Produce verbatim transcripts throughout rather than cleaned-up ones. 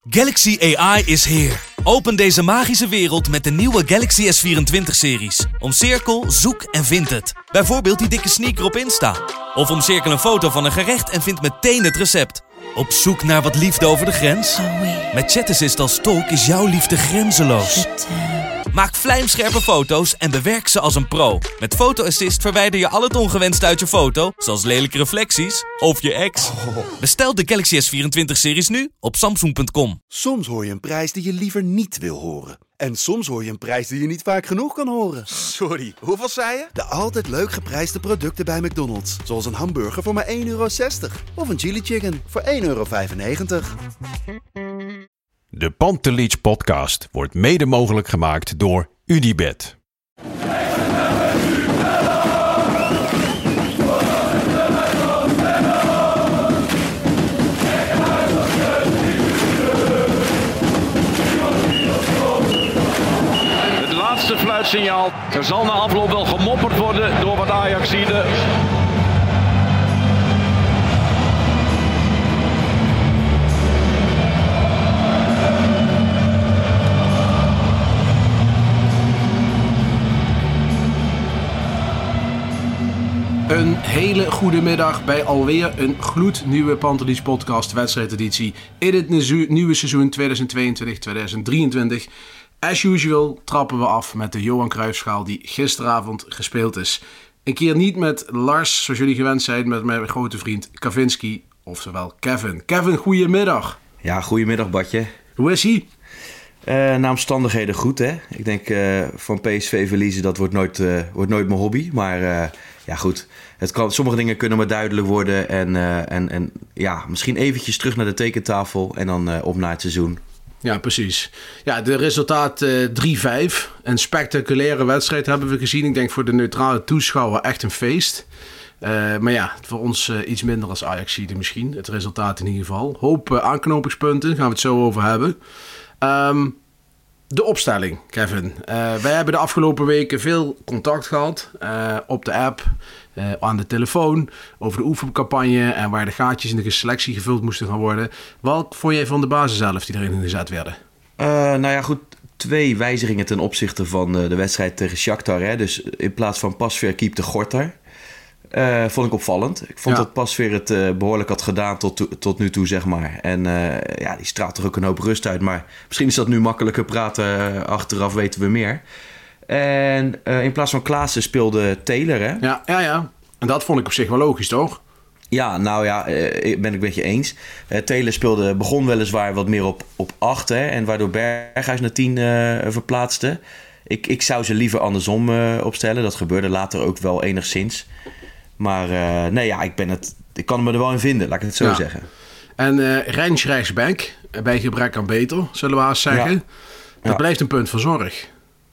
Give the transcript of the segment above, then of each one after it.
Galaxy A I is here. Open deze magische wereld met de nieuwe Galaxy S vierentwintig-series. Omcirkel, zoek en vind het. Bijvoorbeeld die dikke sneaker op Insta. Of omcirkel een foto van een gerecht en vind meteen het recept. Op zoek naar wat liefde over de grens? Met Chat Assist als tolk is jouw liefde grenzeloos. Maak vlijmscherpe foto's en bewerk ze als een pro. Met Photo Assist verwijder je al het ongewenst uit je foto, zoals lelijke reflecties of je ex. Bestel de Galaxy S vierentwintig-series nu op samsung punt com. Soms hoor je een prijs die je liever niet wil horen. En soms hoor je een prijs die je niet vaak genoeg kan horen. Sorry, hoeveel zei je? De altijd leuk geprijsde producten bij McDonald's. Zoals een hamburger voor maar één euro zestig. Of een chili chicken voor één euro vijfennegentig. De Pantelich podcast wordt mede mogelijk gemaakt door Unibet. Het laatste fluitsignaal. Er zal na afloop wel gemopperd worden door wat Ajaxiden. Een hele goede middag bij alweer een gloednieuwe Pantelich podcast wedstrijdeditie in het nieuwe seizoen tweeduizend tweeëntwintig tweeduizend drieëntwintig. As usual trappen we af met de Johan Cruijffschaal die gisteravond gespeeld is. Een keer niet met Lars, zoals jullie gewend zijn, met mijn grote vriend Kavinski, oftewel Kevin. Kevin, goedemiddag. Ja, goedemiddag Badje. Hoe is hij? Uh, naar omstandigheden goed, hè. Ik denk uh, van P S V verliezen, dat wordt nooit, uh, wordt nooit mijn hobby. Maar uh, ja, goed. Het kan, sommige dingen kunnen maar duidelijk worden. En, uh, en, en ja, misschien eventjes terug naar de tekentafel en dan uh, op naar het seizoen. Ja, precies. Ja, de resultaat uh, drie vijf. Een spectaculaire wedstrijd hebben we gezien. Ik denk voor de neutrale toeschouwer echt een feest. Uh, maar ja, voor ons uh, iets minder als Ajaxiden misschien. Het resultaat in ieder geval. Hoop uh, aanknopingspunten, gaan we het zo over hebben. Um, de opstelling, Kevin. Uh, wij hebben de afgelopen weken veel contact gehad. Uh, op de app, uh, aan de telefoon. Over de oefencampagne en waar de gaatjes in de selectie gevuld moesten gaan worden. Wat vond jij van de basis zelf die erin gezet werden? Uh, nou ja, goed. Twee wijzigingen ten opzichte van uh, de wedstrijd tegen Shakhtar. Hè? Dus in plaats van Pasveer keepte Gorter. Uh, vond ik opvallend. Ik vond ja. dat Pasveer het uh, behoorlijk had gedaan tot, to- tot nu toe, zeg maar. En uh, ja, die straalt toch ook een hoop rust uit. Maar misschien is dat nu makkelijker praten. Uh, achteraf weten we meer. En uh, in plaats van Klaassen speelde Taylor, hè? Ja, ja, ja. En dat vond ik op zich wel logisch, toch? Ja, nou ja, uh, ben ik met je eens. Uh, Taylor speelde, begon weliswaar wat meer op, op acht, hè? En waardoor Berghuis naar tien uh, verplaatste. Ik, ik zou ze liever andersom uh, opstellen. Dat gebeurde later ook wel enigszins. Maar uh, nee, ja, ik, ben het, ik kan me er wel in vinden, laat ik het zo ja. zeggen. En uh, Rens rechtsback, bij gebrek aan beter, zullen we haast zeggen. Ja. Dat ja. blijft een punt van zorg.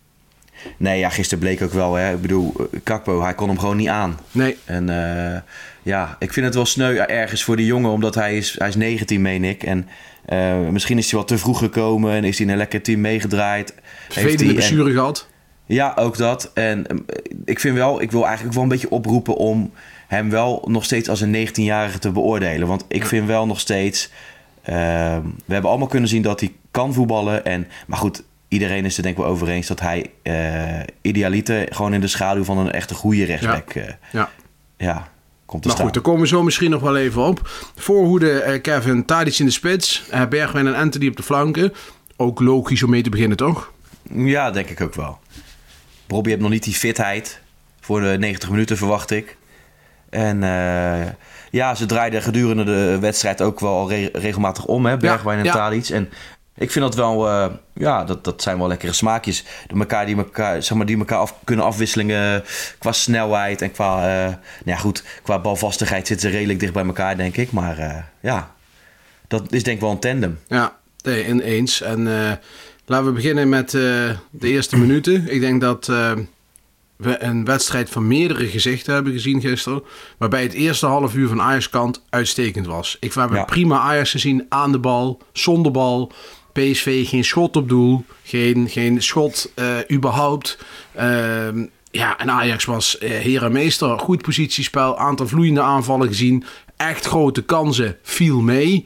Nee, ja, gisteren bleek ook wel, hè. Ik bedoel, Kakpo, hij kon hem gewoon niet aan. Nee. En uh, ja, ik vind het wel sneu ergens voor die jongen, omdat hij is, hij is negentien, meen ik. En uh, misschien is hij wat te vroeg gekomen en is hij in een lekker team meegedraaid. Vervelende blessure gehad. Ja, ook dat. En uh, ik vind wel, ik wil eigenlijk wel een beetje oproepen om hem wel nog steeds als een negentienjarige te beoordelen. Want ik vind wel nog steeds, uh, we hebben allemaal kunnen zien dat hij kan voetballen. En, maar goed, iedereen is er denk ik wel over eens dat hij uh, idealiter gewoon in de schaduw van een echte goede rechtsback ja. Uh, ja. ja, komt te nou staan. Goed, daar komen we zo misschien nog wel even op. Voorhoede uh, Kevin, Tadic in de spits, uh, Bergwijn en Anthony op de flanken. Ook logisch om mee te beginnen, toch? Ja, denk ik ook wel. Robbie heeft nog niet die fitheid voor de negentig minuten, verwacht ik. En uh, ja, ze draaiden gedurende de wedstrijd ook wel re- regelmatig om, hè, Bergwijn en ja, Tadic. En ik vind dat wel, uh, ja, dat, dat zijn wel lekkere smaakjes. De elkaar die elkaar, zeg maar, die elkaar af, kunnen afwisselen qua snelheid en qua, uh, nou ja, goed, qua balvastigheid zitten ze redelijk dicht bij elkaar, denk ik. Maar uh, ja, dat is denk ik wel een tandem. Ja, nee, ineens. En uh, laten we beginnen met uh, de eerste minuten. Ik denk dat uh, we een wedstrijd van meerdere gezichten hebben gezien gisteren. Waarbij het eerste half uur van Ajax kant uitstekend was. Ik heb ja. prima Ajax gezien aan de bal, zonder bal. P S V geen schot op doel. Geen, geen schot uh, überhaupt. Uh, ja, en Ajax was uh, heer en meester. Goed positiespel, aantal vloeiende aanvallen gezien. Echt grote kansen, viel mee.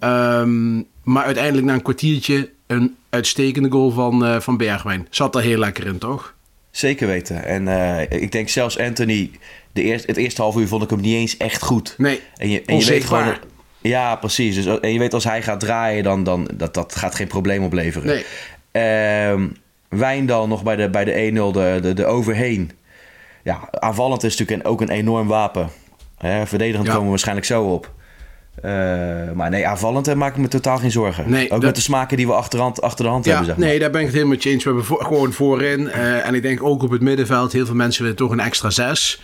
Um, maar uiteindelijk na een kwartiertje een uitstekende goal van, uh, van Bergwijn. Zat er heel lekker in, toch? Zeker weten. En uh, ik denk zelfs Anthony, de eerste, het eerste half uur vond ik hem niet eens echt goed. Nee, en je, en je weet gewoon, ja, precies. Dus, en je weet als hij gaat draaien, dan, dan dat, dat gaat geen probleem opleveren. Nee. Uh, Wijndal nog bij de, bij de een nul, de, de, de overheen. Ja, aanvallend is natuurlijk een, ook een enorm wapen. Hè, verdedigend ja. komen we waarschijnlijk zo op. Uh, maar nee, aanvallend maak ik me totaal geen zorgen. Nee, ook dat... met de smaken die we achterhand, achter de hand ja, hebben. Zeg maar. Nee, daar ben ik het helemaal met je eens. We hebben voor, gewoon voorin. Uh, en ik denk ook op het middenveld. Heel veel mensen willen toch een extra zes.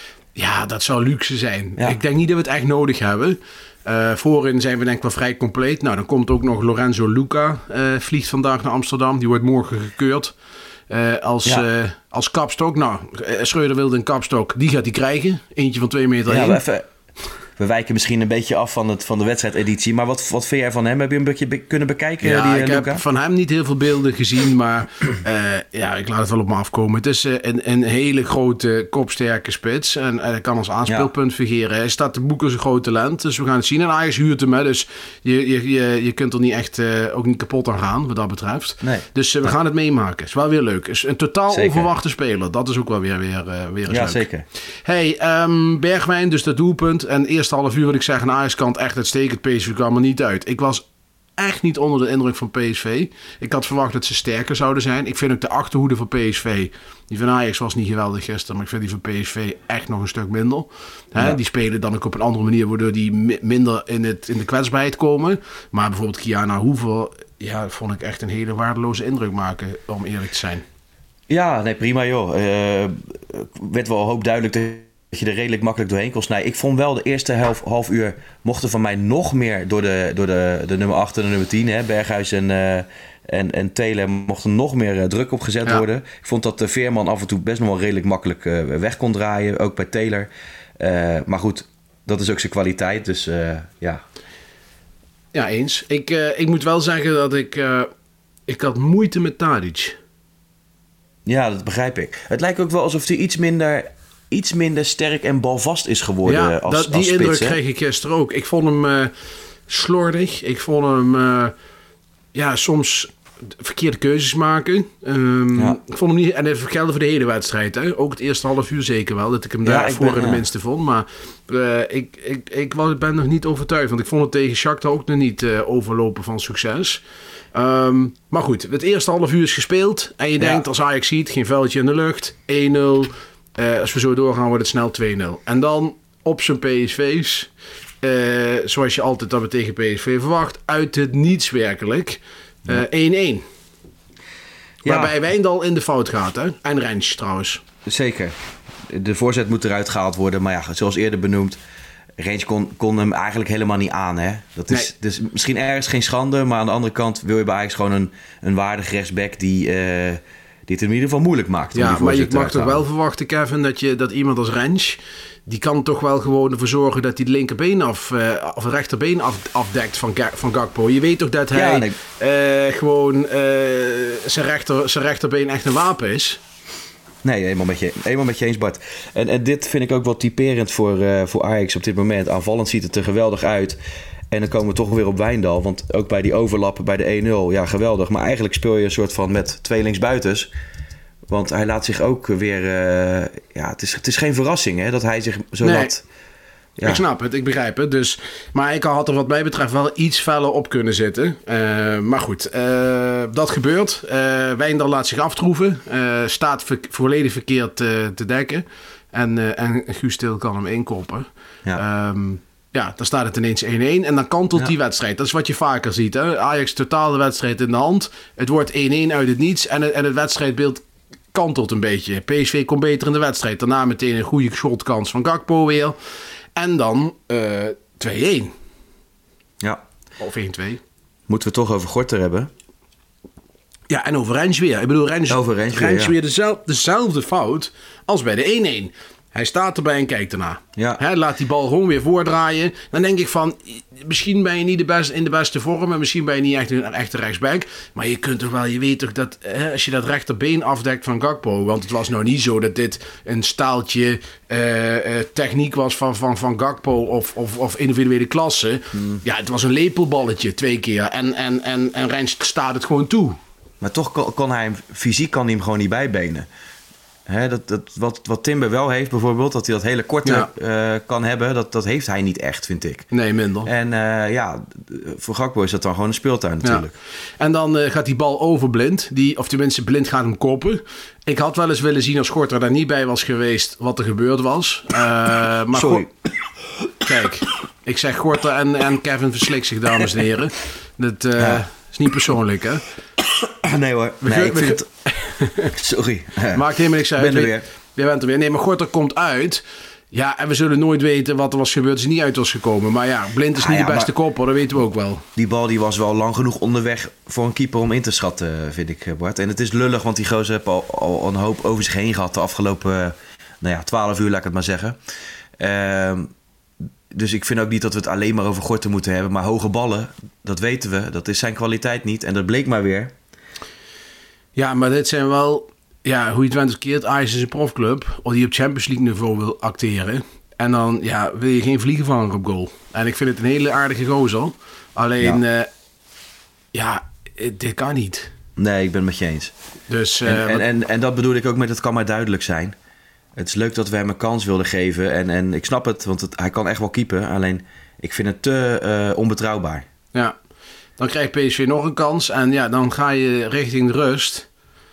Ja, dat zou luxe zijn. Ja. Ik denk niet dat we het echt nodig hebben. Uh, voorin zijn we denk ik wel vrij compleet. Nou, dan komt ook nog Lorenzo Luca. Uh, vliegt vandaag naar Amsterdam. Die wordt morgen gekeurd. Uh, als, ja. uh, als kapstok. Nou, Schreuder wilde een kapstok. Die gaat hij krijgen. Eentje van twee meter ja, even... We wijken misschien een beetje af van, het, van de wedstrijdeditie. Maar wat, wat vind jij van hem? Heb je een beetje be- kunnen bekijken? Ja, die, ik Luca? heb van hem niet heel veel beelden gezien. Maar uh, ja, ik laat het wel op me afkomen. Het is uh, een, een hele grote, kopsterke spits. En hij uh, kan als aanspeelpunt ja. fungeren. Hij staat te boeken als een groot talent. Dus we gaan het zien. En Ajax huurt hem. Hè, dus je, je, je, je kunt er niet echt uh, ook niet kapot aan gaan, wat dat betreft. Nee. Dus uh, we nee. gaan het meemaken. Het is wel weer leuk. Het is een totaal zeker. onverwachte speler. Dat is ook wel weer, weer, uh, weer eens ja, leuk. Zeker. Hey, um, Bergwijn, dus dat doelpunt. En de eerste half uur wat ik zeg, aan Ajax-kant echt uitstekend. P S V kwam er niet uit. Ik was echt niet onder de indruk van P S V. Ik had verwacht dat ze sterker zouden zijn. Ik vind ook de achterhoede van P S V, die van Ajax was niet geweldig gisteren, maar ik vind die van P S V echt nog een stuk minder. Hè? Ja. Die spelen dan ook op een andere manier, waardoor die mi- minder in, het, in de kwetsbaarheid komen. Maar bijvoorbeeld Kiana Hoever, ja, vond ik echt een hele waardeloze indruk maken, om eerlijk te zijn. Ja, nee, prima joh. Uh, werd wel een hoop duidelijk te... dat je er redelijk makkelijk doorheen kon snijden. Ik vond wel de eerste half, half uur mochten van mij nog meer door de, door de, de nummer acht en de nummer tien. Hè, Berghuis en, uh, en, en Taylor mochten nog meer uh, druk op gezet ja. worden. Ik vond dat de Veerman af en toe best nog wel redelijk makkelijk uh, weg kon draaien. Ook bij Taylor. Uh, maar goed, dat is ook zijn kwaliteit. Dus uh, ja. Ja, eens. Ik, uh, ik moet wel zeggen dat ik... Uh, ik had moeite met Tadic. Ja, dat begrijp ik. Het lijkt ook wel alsof hij iets minder... iets minder sterk en balvast is geworden ja, als, dat, die als spits. indruk hè? kreeg ik gisteren ook. Ik vond hem uh, slordig. Ik vond hem uh, ja, soms verkeerde keuzes maken. Um, ja. Ik vond hem niet, en dat geldt voor de hele wedstrijd. Hè? Ook het eerste half uur zeker wel. Dat ik hem ja, daarvoor in de ja. minste vond. Maar uh, ik, ik, ik ben nog niet overtuigd. Want ik vond het tegen Shakhtar ook nog niet uh, overlopen van succes. Um, maar goed, het eerste half uur is gespeeld. En je ja. denkt als Ajax ziet, geen vuiltje in de lucht. één nul. Uh, als we zo doorgaan, wordt het snel twee nul. En dan op zijn P S V's, uh, zoals je altijd dat we tegen P S V verwacht, uit het niets werkelijk, uh, één één. Ja. Waarbij Wijndal in de fout gaat, hè? En Rens trouwens. Zeker. De voorzet moet eruit gehaald worden. Maar ja, zoals eerder benoemd, Rens kon, kon hem eigenlijk helemaal niet aan. Hè? Dat is nee. dus misschien ergens geen schande, maar aan de andere kant wil je bij Ajax gewoon een, een waardig rechtsback die... Uh, die het in ieder geval moeilijk maakt. Ja, maar je mag toch wel verwachten, Kevin, dat, je, dat iemand als Rens... die kan toch wel gewoon ervoor zorgen dat hij het linkerbeen af... Uh, of het rechterbeen af, afdekt van, van Gakpo. Je weet toch dat hij ja, nee. uh, gewoon uh, zijn, rechter, zijn rechterbeen echt een wapen is? Nee, helemaal met je, helemaal met je eens, Bart. En, en dit vind ik ook wel typerend voor, uh, voor Ajax op dit moment. Aanvallend ziet het er geweldig uit... En dan komen we toch weer op Wijndal. Want ook bij die overlappen bij de één nul, ja, geweldig. Maar eigenlijk speel je een soort van met twee linksbuitens. Want hij laat zich ook weer... Uh, ja, het is, het is geen verrassing, hè, dat hij zich zo nee, laat... Ja. Ik snap het, ik begrijp het. Dus, maar ik had er wat mij betreft wel iets feller op kunnen zitten. Uh, maar goed, uh, dat gebeurt. Uh, Wijndal laat zich aftroeven. Uh, staat ver- volledig verkeerd uh, te dekken. En, uh, en Guus Til kan hem inkoppen. Ja. Um, Ja, dan staat het ineens één één en dan kantelt ja. die wedstrijd. Dat is wat je vaker ziet. Hè? Ajax totaal de wedstrijd in de hand. Het wordt één één uit het niets en het, en het wedstrijdbeeld kantelt een beetje. P S V komt beter in de wedstrijd. Daarna meteen een goede shotkans van Gakpo weer. En dan uh, twee één. Ja. Of één twee. Moeten we het toch over Gorter hebben? Ja, en over Rens weer. Ik bedoel, Rens, over Rens, Rens weer, weer ja. dezelfde, dezelfde fout als bij de één één. Hij staat erbij en kijkt ernaar. Ja. Hè, laat die bal gewoon weer voordraaien. Dan denk ik van, misschien ben je niet de best, in de beste vorm. En misschien ben je niet echt een echte rechtsback. Maar je kunt toch wel, je weet toch dat hè, als je dat rechterbeen afdekt van Gakpo. Want het was nou niet zo dat dit een staaltje uh, uh, techniek was van, van, van Gakpo of, of, of individuele klasse. Hmm. Ja, het was een lepelballetje twee keer. En, en, en, en Rens staat het gewoon toe. Maar toch kon, kon hij hem, fysiek kan hij hem gewoon niet bijbenen. Hè, dat, dat, wat, wat Timber wel heeft bijvoorbeeld, dat hij dat hele korte ja. uh, kan hebben, dat, dat heeft hij niet echt, vind ik. Nee, minder. En uh, ja, voor Gakpo is dat dan gewoon een speeltuin natuurlijk. Ja. En dan uh, gaat die bal over Blind, die, of tenminste Blind gaat hem koppen. Ik had wel eens willen zien als Gorter daar niet bij was geweest wat er gebeurd was. Uh, maar Sorry. Go- Kijk, ik zeg Gorter en, en Kevin verslikt zich, dames en heren. Dat uh, ja. is niet persoonlijk, hè? Nee hoor, nee, we, ik vind het... Sorry. Maakt helemaal niks uit. Ben er weer. Je bent er weer. Nee, maar Gorter komt uit. Ja, en we zullen nooit weten wat er was gebeurd als hij niet uit was gekomen. Maar ja, Blind is ah, niet ja, de beste kopper, dat weten we ook wel. Die bal die was wel lang genoeg onderweg voor een keeper om in te schatten, vind ik, Bart. En het is lullig, want die gozer heeft al, al een hoop over zich heen gehad de afgelopen nou ja, twaalf uur, laat ik het maar zeggen. Uh, dus ik vind ook niet dat we het alleen maar over Gorter moeten hebben. Maar hoge ballen, dat weten we. Dat is zijn kwaliteit niet. En dat bleek maar weer. Ja, maar dit zijn wel... Ja, hoe je het went verkeerd. Ajax is een profclub die op Champions League niveau wil acteren. En dan ja, wil je geen vliegenvanger op goal. En ik vind het een hele aardige gozer. Alleen, ja, uh, ja dit kan niet. Nee, ik ben het met je eens. Dus, uh, en, en, en, en dat bedoel ik ook met het kan maar duidelijk zijn. Het is leuk dat we hem een kans wilden geven. En, en ik snap het, want het, hij kan echt wel keepen. Alleen, ik vind het te uh, onbetrouwbaar. Ja, dan krijgt P S V nog een kans. En ja, dan ga je richting de rust.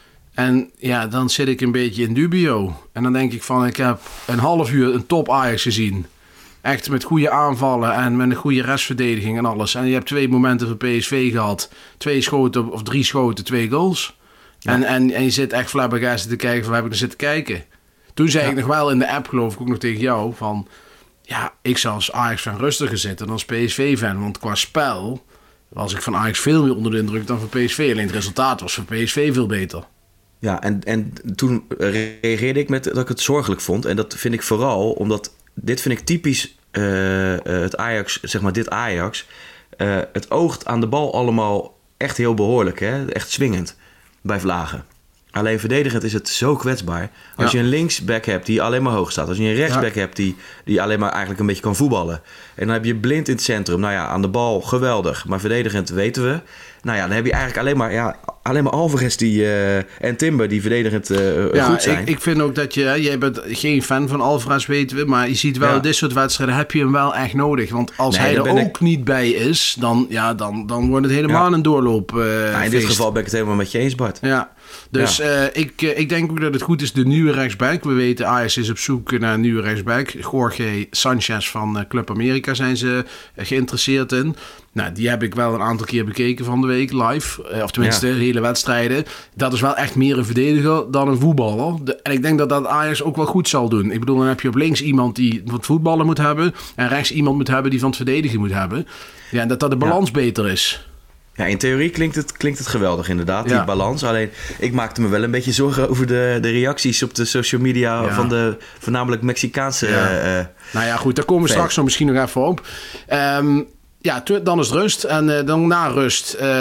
En ja, dan zit ik een beetje in dubio. En dan denk ik van, ik heb een half uur een top Ajax gezien. Echt met goede aanvallen en met een goede restverdediging en alles. En je hebt twee momenten voor P S V gehad. Twee schoten of drie schoten, twee goals. Ja. En, en, en je zit echt flabbergasted te kijken van, waar heb ik er zitten kijken? Toen zei ja. ik nog wel in de app, geloof ik ook nog tegen jou, van... Ja, ik zou als Ajax-fan rustiger zitten dan als P S V-fan. Want qua spel was ik van Ajax veel meer onder de indruk dan van P S V. Alleen het resultaat was voor P S V veel beter. Ja, en, en toen reageerde ik met dat ik het zorgelijk vond. En dat vind ik vooral omdat... Dit vind ik typisch uh, uh, het Ajax, zeg maar dit Ajax. Uh, het oogt aan de bal allemaal echt heel behoorlijk. Hè? Echt swingend bij Vlagen. Alleen verdedigend is het zo kwetsbaar. Als ja. je een linksback hebt die alleen maar hoog staat. Als je een rechtsback ja. hebt die, die alleen maar eigenlijk een beetje kan voetballen. En dan heb je Blind in het centrum. Nou ja, aan de bal geweldig. Maar verdedigend weten we. Nou ja, dan heb je eigenlijk alleen maar, ja, alleen maar Alvarez die, uh, en Timber die verdedigend uh, ja, goed zijn. Ik, ik vind ook dat je... Jij bent geen fan van Alvarez, weten we. Maar je ziet wel, ja. dit soort wedstrijden heb je hem wel echt nodig. Want als nee, hij er ook ik... niet bij is, dan, ja, dan, dan wordt het helemaal ja. een doorloop. Uh, nou, in dit geval ben ik het helemaal met je eens, Bart. Ja. Dus ja. uh, ik, uh, ik denk ook dat het goed is, de nieuwe rechtsback. We weten, Ajax is op zoek naar een nieuwe rechtsback. Jorge Sanchez van uh, Club America zijn ze uh, geïnteresseerd in. Nou, die heb ik wel een aantal keer bekeken van de week live. Uh, of tenminste, ja. hele wedstrijden. Dat is wel echt meer een verdediger dan een voetballer. De, en ik denk dat dat Ajax ook wel goed zal doen. Ik bedoel, dan heb je op links iemand die van het voetballen moet hebben. En rechts iemand moet hebben die van het verdedigen moet hebben. Ja, en dat dat de balans ja. beter is. Ja, in theorie klinkt het, klinkt het geweldig inderdaad, die ja. balans. Alleen, ik maakte me wel een beetje zorgen over de, de reacties op de social media... Ja. van de voornamelijk Mexicaanse ja. uh, Nou ja, goed, daar komen we fan. straks nog misschien nog even op. Um, ja, dan is het rust. En uh, dan na rust, uh,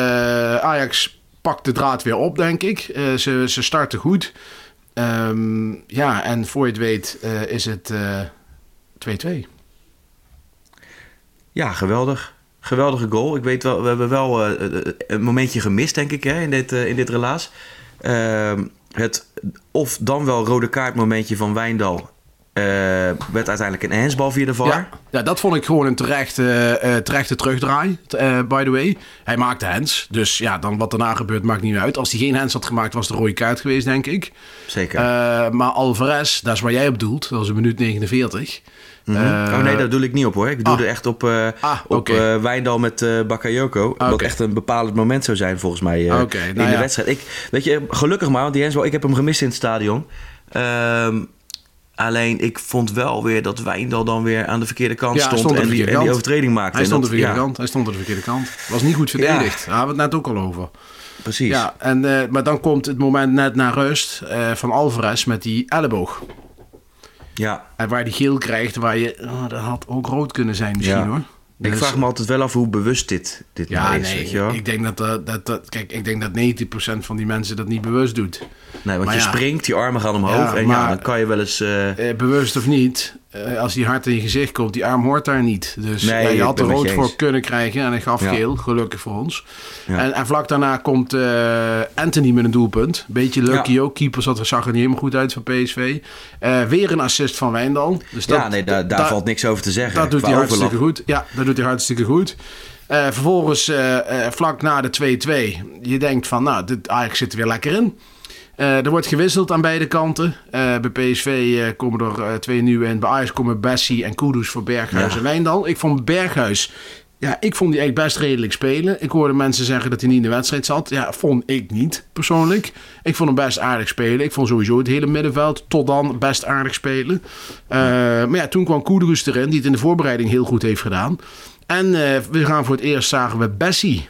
Ajax pakt de draad weer op, denk ik. Uh, ze, ze starten goed. Um, ja, en voor je het weet uh, is het uh, twee-twee. Ja, geweldig. Geweldige goal. Ik weet wel, we hebben wel uh, een momentje gemist, denk ik, hè, in dit, uh, in dit relaas. Uh, het of dan wel rode kaart momentje van Wijndal uh, werd uiteindelijk een handsbal via de V A R. Ja, ja, dat vond ik gewoon een terechte, uh, terechte terugdraai, uh, by the way. Hij maakte hands, dus ja, dan wat daarna gebeurt maakt niet meer uit. Als hij geen hands had gemaakt, was het een rode kaart geweest, denk ik. Zeker. Uh, maar Alvarez, dat is waar jij op doelt, dat was een minuut negenenveertig. Mm-hmm. Uh, oh nee, daar doe ik niet op hoor. Ik doe ah. er echt op, uh, ah, op okay. uh, Wijndal met uh, Bakayoko. Ah, wat okay. echt een bepalend moment zou zijn volgens mij uh, okay, nou in de ja. wedstrijd. Ik, weet je, gelukkig maar, want die handsbal, ik heb hem gemist in het stadion. Um, alleen ik vond wel weer dat Wijndal dan weer aan de verkeerde kant ja, stond, stond en, die, en die overtreding maakte. Hij stond, dat, de verkeerde ja. kant. Hij stond aan de verkeerde kant. Was niet goed verdedigd. Ja. Daar hebben we het net ook al over. Precies. Ja, en, uh, maar dan komt het moment net na rust uh, van Alvarez met die elleboog. Ja. En waar die geel krijgt, waar je... Oh, dat had ook rood kunnen zijn misschien Ja. hoor. Ik Dus- vraag me altijd wel af hoe bewust dit, dit Ja, nou is. nee, weet je wel? ik denk dat, dat, dat, dat... Kijk, ik denk dat negentig procent van die mensen dat niet bewust doet. Nee, want Maar je ja. springt, die armen gaan omhoog. Ja, en maar- ja, dan kan je wel eens... eh, Eh, bewust of niet, eh, als die hard in je gezicht komt, die arm hoort daar niet. Dus Nee, ja, je ik had er ben met rood je voor eens. kunnen krijgen en hij gaf Ja. geel, gelukkig voor ons. Ja. En, en vlak daarna komt eh, Anthony met een doelpunt. Beetje lucky Ja. ook, keeper zat, zag er niet helemaal goed uit van P S V. Eh, weer een assist van Wijndal. Dus dat, ja, nee, daar, daar dat- valt niks over te zeggen. Dat doet Qua hij overlap. hartstikke goed. Ja, dat doet hij hartstikke goed. Eh, vervolgens, eh, eh, vlak na de twee-twee, je denkt van, nou, dit Ajax zit er weer lekker in. Eh, er wordt gewisseld aan beide kanten. Eh, bij P S V eh, komen er eh, twee nieuwe in. Bij Ajax komen Bessie en Kudus voor Berghuis Ja. en Wijndal. Ik vond Berghuis, ja, ik vond die eigenlijk best redelijk spelen. Ik hoorde mensen zeggen dat hij niet in de wedstrijd zat. Ja, vond ik niet, persoonlijk. Ik vond hem best aardig spelen. Ik vond sowieso het hele middenveld tot dan best aardig spelen. Eh, maar ja, toen kwam Kudus erin, die het in de voorbereiding heel goed heeft gedaan. En uh, we gaan voor het eerst zagen we Bessie.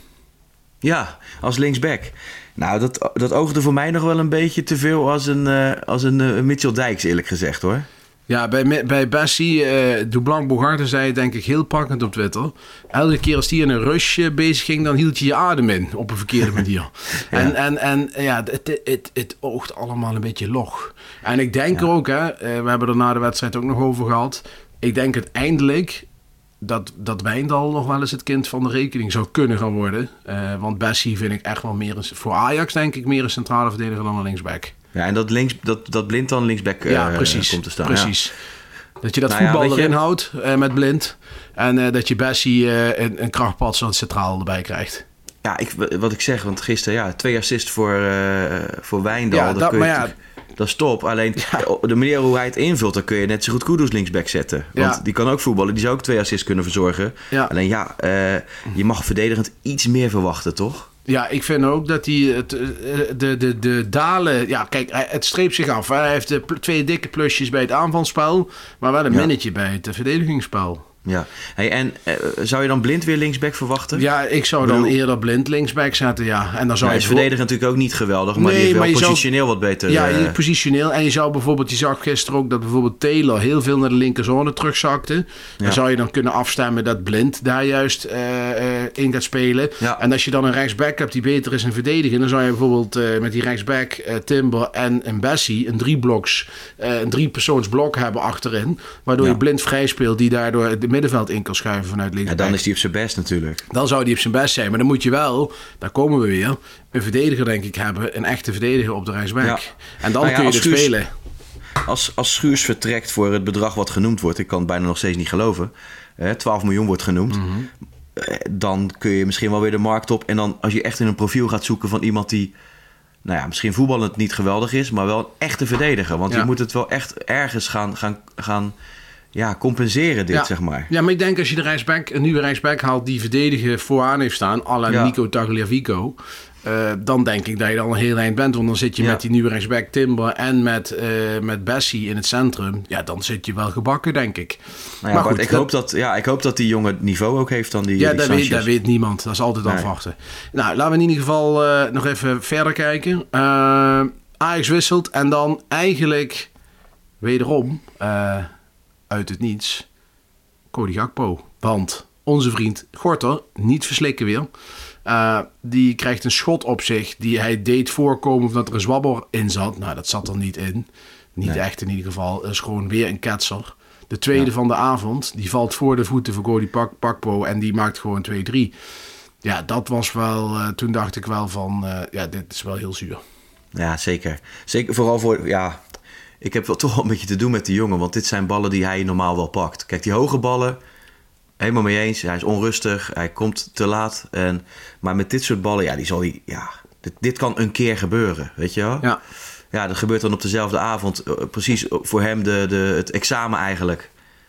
Ja, als linksback. Nou, dat, dat oogde voor mij nog wel een beetje te veel als een, uh, als een uh, Mitchell Dijks, eerlijk gezegd hoor. Ja, bij, bij Bessie, uh, Dublanc Bogarde zei het denk ik heel pakkend op Twitter. Elke keer als die in een rush uh, bezig ging, dan hield je je adem in op een verkeerde manier. ja. En, en, en ja, het, het, het oogt allemaal een beetje log. En ik denk ja. er ook, hè, uh, we hebben er na de wedstrijd ook nog over gehad. Ik denk uiteindelijk dat, dat Wijndal nog wel eens het kind van de rekening zou kunnen gaan worden. Uh, want Bessie vind ik echt wel meer een, voor Ajax denk ik meer een centrale verdediger dan een linksback. Ja, en dat, links, dat, dat Blind dan linksback uh, ja, precies, komt te staan. Precies. Ja. Dat je dat nou voetbal ja, erin je... houdt uh, met Blind. En uh, dat je Bessie uh, een, een krachtpad zoals centraal erbij krijgt. Ja, ik, wat ik zeg, want gisteren ja, twee assists voor, uh, voor Wijndal. Ja, dat, dat, kun je maar ja, dat is top. Alleen ja. de manier hoe hij het invult, dan kun je net zo goed Kudus linksback zetten. Want ja. die kan ook voetballen. Die zou ook twee assists kunnen verzorgen. Ja. Alleen ja, uh, je mag verdedigend iets meer verwachten, toch? Ja, ik vind ook dat hij het, de, de, de, de dalen... Ja, kijk, het streept zich af. Hij heeft twee dikke plusjes bij het aanvalspel, maar wel een ja. minnetje bij het verdedigingsspel. Ja, hey, en uh, zou je dan Blind weer linksback verwachten? Ja, ik zou dan bedoel... eerder Blind linksback zetten, ja. En dan zou hij is voor... verdedigen natuurlijk ook niet geweldig, maar nee, die is wel positioneel zou... wat beter. Ja, uh... positioneel. En je zou bijvoorbeeld, je zag gisteren ook dat bijvoorbeeld Taylor heel veel naar de linkerzone terugzakte. Ja. Dan zou je dan kunnen afstemmen dat Blind daar juist uh, uh, in gaat spelen. Ja. En als je dan een rechtsback hebt die beter is in verdedigen, dan zou je bijvoorbeeld uh, met die rechtsback uh, Timber en een Bessie een drie bloks, uh, een drie persoons blok hebben achterin, waardoor ja. je Blind vrij speelt die daardoor het middenveld in kan schuiven vanuit links. Ja, dan is hij op zijn best natuurlijk. Dan zou hij op zijn best zijn. Maar dan moet je wel, daar komen we weer, een verdediger denk ik hebben. Een echte verdediger op de rechtsback. Ja. En dan nou ja, kun je dus Schuurs, spelen. Als, als Schuurs vertrekt voor het bedrag wat genoemd wordt. Ik kan het bijna nog steeds niet geloven. Eh, twaalf miljoen wordt genoemd. Mm-hmm. Eh, dan kun je misschien wel weer de markt op. En dan als je echt in een profiel gaat zoeken van iemand die... Nou ja, misschien voetballend niet geweldig is. Maar wel een echte verdediger. Want ja. je moet het wel echt ergens gaan... gaan, gaan Ja, compenseren dit, ja. zeg maar. Ja, maar ik denk als je de rechtsback, een nieuwe rechtsback haalt die verdedigen vooraan heeft staan, à la ja. Nico Tagliafico, uh, dan denk ik dat je al een heel eind bent. Want dan zit je ja. met die nieuwe rechtsback Timber en met, uh, met Bessie in het centrum. Ja, dan zit je wel gebakken, denk ik. Nou ja, maar goed, ik, dat... hoop dat, ja, ik hoop dat die jongen het niveau ook heeft dan die Ja, die dat, weet, dat weet niemand. Dat is altijd nee. afwachten. Nou, laten we in ieder geval uh, nog even verder kijken. Uh, Ajax wisselt en dan eigenlijk wederom... Uh, uit het niets, Cody Gakpo. Want onze vriend Gorter, niet verslikken weer, uh, die krijgt een schot op zich die hij deed voorkomen omdat er een zwabber in zat. Nou, dat zat er niet in. Niet nee. echt in ieder geval. Dat is gewoon weer een ketser. De tweede ja. van de avond, die valt voor de voeten van Cody Gakpo en die maakt gewoon twee drie. Ja, dat was wel, uh, toen dacht ik wel van, uh, ja, dit is wel heel zuur. Ja, zeker. Zeker vooral voor, ja... Ik heb wel toch wel een beetje te doen met die jongen. Want dit zijn ballen die hij normaal wel pakt. Kijk, die hoge ballen, helemaal mee eens. Hij is onrustig, hij komt te laat. En, maar met dit soort ballen, ja, die zal hij, ja, dit, dit kan een keer gebeuren, weet je wel? Ja. Ja, dat gebeurt dan op dezelfde avond. Uh, precies voor hem de, de, het examen eigenlijk.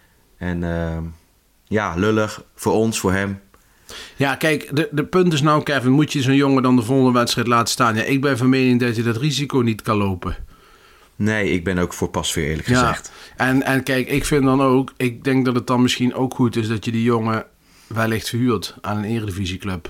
En uh, ja, lullig voor ons, voor hem. Ja, kijk, de, de punt is nou, Kevin, moet je zo'n jongen dan de volgende wedstrijd laten staan? Ja, ik ben van mening dat je dat risico niet kan lopen. Nee, ik ben ook voor Pasveer, eerlijk ja. gezegd. En, en kijk, ik vind dan ook... Ik denk dat het dan misschien ook goed is dat je die jongen wellicht verhuurt aan een eredivisieclub.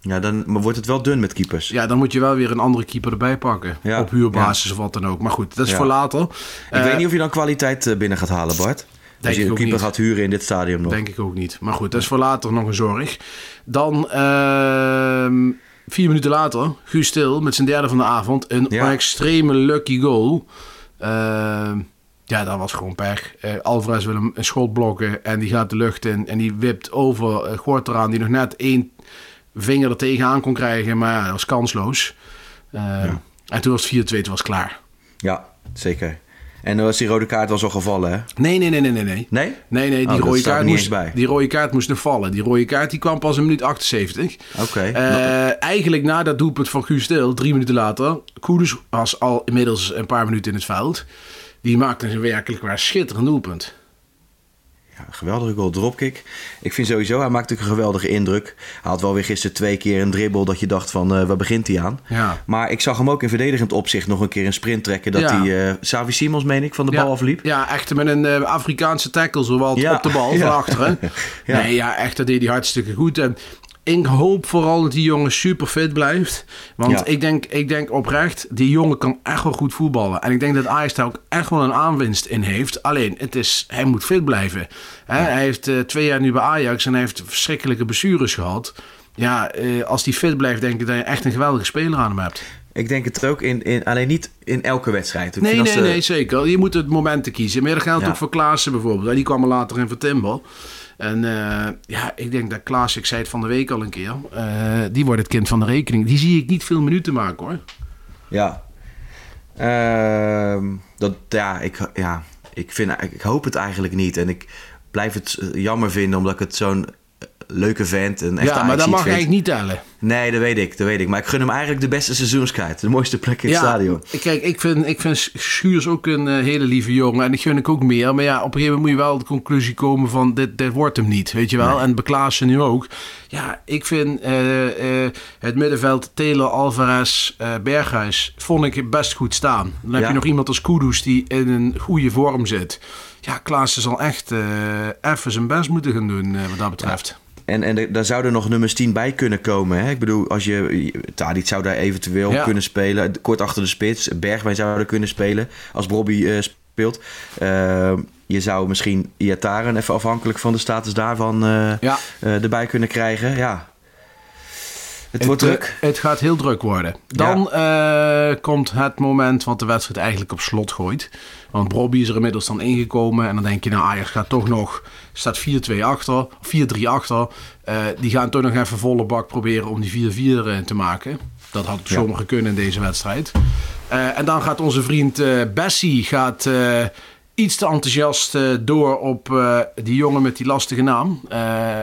Ja, dan maar wordt het wel dun met keepers. Ja, dan moet je wel weer een andere keeper erbij pakken. Ja. Op huurbasis Ja. of wat dan ook. Maar goed, dat is Ja. voor later. Ik Uh, weet niet of je dan kwaliteit uh, binnen gaat halen, Bart. Als ik je een ook keeper niet. gaat huren in dit stadium nog. Denk ik ook niet. Maar goed, dat is voor later nog een zorg. Dan uh, vier minuten later, Guus Til met zijn derde van de avond. Een Ja. extreme lucky goal. Uh, ja, dat was gewoon pech. Uh, Alvarez wil hem een schot blokken en die gaat de lucht in. En die wipt over uh, Gort eraan, die nog net één vinger er tegenaan kon krijgen. Maar ja, dat was kansloos. Uh, ja. En toen was het vier twee, toen was het klaar. Ja, zeker. En dan was die rode kaart wel zo gevallen, hè? Nee, nee, nee, nee, nee. Nee, Nee? nee, nee die, Oh, rode staat er kaart niet moest, eens bij. die rode kaart moest nog vallen. Die rode kaart die kwam pas in minuut achtenzeventig. Oké. Uh, Nou, eigenlijk na dat doelpunt van Guus Til, drie minuten later. Kudus was al inmiddels een paar minuten in het veld. Die maakte een werkelijk waar schitterend doelpunt. ja, geweldige goal, dropkick. Ik vind sowieso, hij maakt ook een geweldige indruk. Hij had wel weer gisteren twee keer een dribbel dat je dacht van, uh, waar begint hij aan? Ja. Maar ik zag hem ook in verdedigend opzicht nog een keer een sprint trekken. Dat Ja. hij, uh, Xavi Simons, meen ik, van de Ja, bal afliep. Ja, echt met een uh, Afrikaanse tackle, zowel Ja, op de bal ja. van achteren. Ja. Nee, ja, echt, dat deed hij hartstikke goed. En ik hoop vooral dat die jongen super fit blijft. Want Ja. ik, denk, ik denk oprecht, die jongen kan echt wel goed voetballen. En ik denk dat Ajax daar ook echt wel een aanwinst in heeft. Alleen, het is, hij moet fit blijven. Hè? Hij heeft uh, twee jaar nu bij Ajax en hij heeft verschrikkelijke blessures gehad. Ja, uh, als die fit blijft, denk ik dat je echt een geweldige speler aan hem hebt. Ik denk het ook, in, in, alleen niet in elke wedstrijd. Ik Nee, vind nee, als de- nee, zeker. Je moet het momenten kiezen. Maar dat geldt Ja. ook voor Klaassen bijvoorbeeld. Die kwam er later in voor Timber. En uh, ja, ik denk dat Klaassen, ik zei het van de week al een keer, uh, die wordt het kind van de rekening. Die zie ik niet veel minuten maken, hoor. Ja. Ehm, dat, ja, ik, ja ik, vind, ik, ik hoop het eigenlijk niet. En ik blijf het uh, jammer vinden, omdat ik het zo'n leuke vent en echt Ja, maar dat mag vind. eigenlijk niet tellen. Nee, dat weet ik, dat weet ik. Maar ik gun hem eigenlijk de beste seizoenskaart. De mooiste plek in het stadion. Kijk, ik vind, ik vind Schuurs ook een uh, hele lieve jongen. En die gun ik ook meer. Maar ja, op een gegeven moment moet je wel de conclusie komen van dit, dit wordt hem niet. Weet je wel? Nee. En Beklaassen nu ook. Ja, ik vind uh, uh, het middenveld Taylor, Alvarez, uh, Berghuis vond ik best goed staan. Dan heb Ja. je nog iemand als Kudus die in een goede vorm zit. Ja, Klaassen zal echt uh, even zijn best moeten gaan doen uh, wat dat betreft. Ja. En, en de, daar zouden nog nummers tien bij kunnen komen. Hè? Ik bedoel, als je Tadic zou daar eventueel Ja. kunnen spelen. Kort achter de spits. Bergwijn zou er kunnen spelen. Als Bobby uh, speelt. Uh, je zou misschien Iataren, even afhankelijk van de status daarvan, uh, Ja. uh, erbij kunnen krijgen. Ja. Het, Het wordt uh, druk. Het gaat heel druk worden. Dan ja. uh, komt het moment wat de wedstrijd eigenlijk op slot gooit. Want Bobby is er inmiddels dan ingekomen. En dan denk je, nou Ajax gaat toch nog, staat vier twee achter, vier drie achter. Uh, die gaan toch nog even volle bak proberen om die vier vier te maken. Dat had Ja. zomaar gekund in deze wedstrijd. Uh, en dan gaat onze vriend uh, Bessie gaat, uh, iets te enthousiast uh, door op uh, die jongen met die lastige naam. Uh,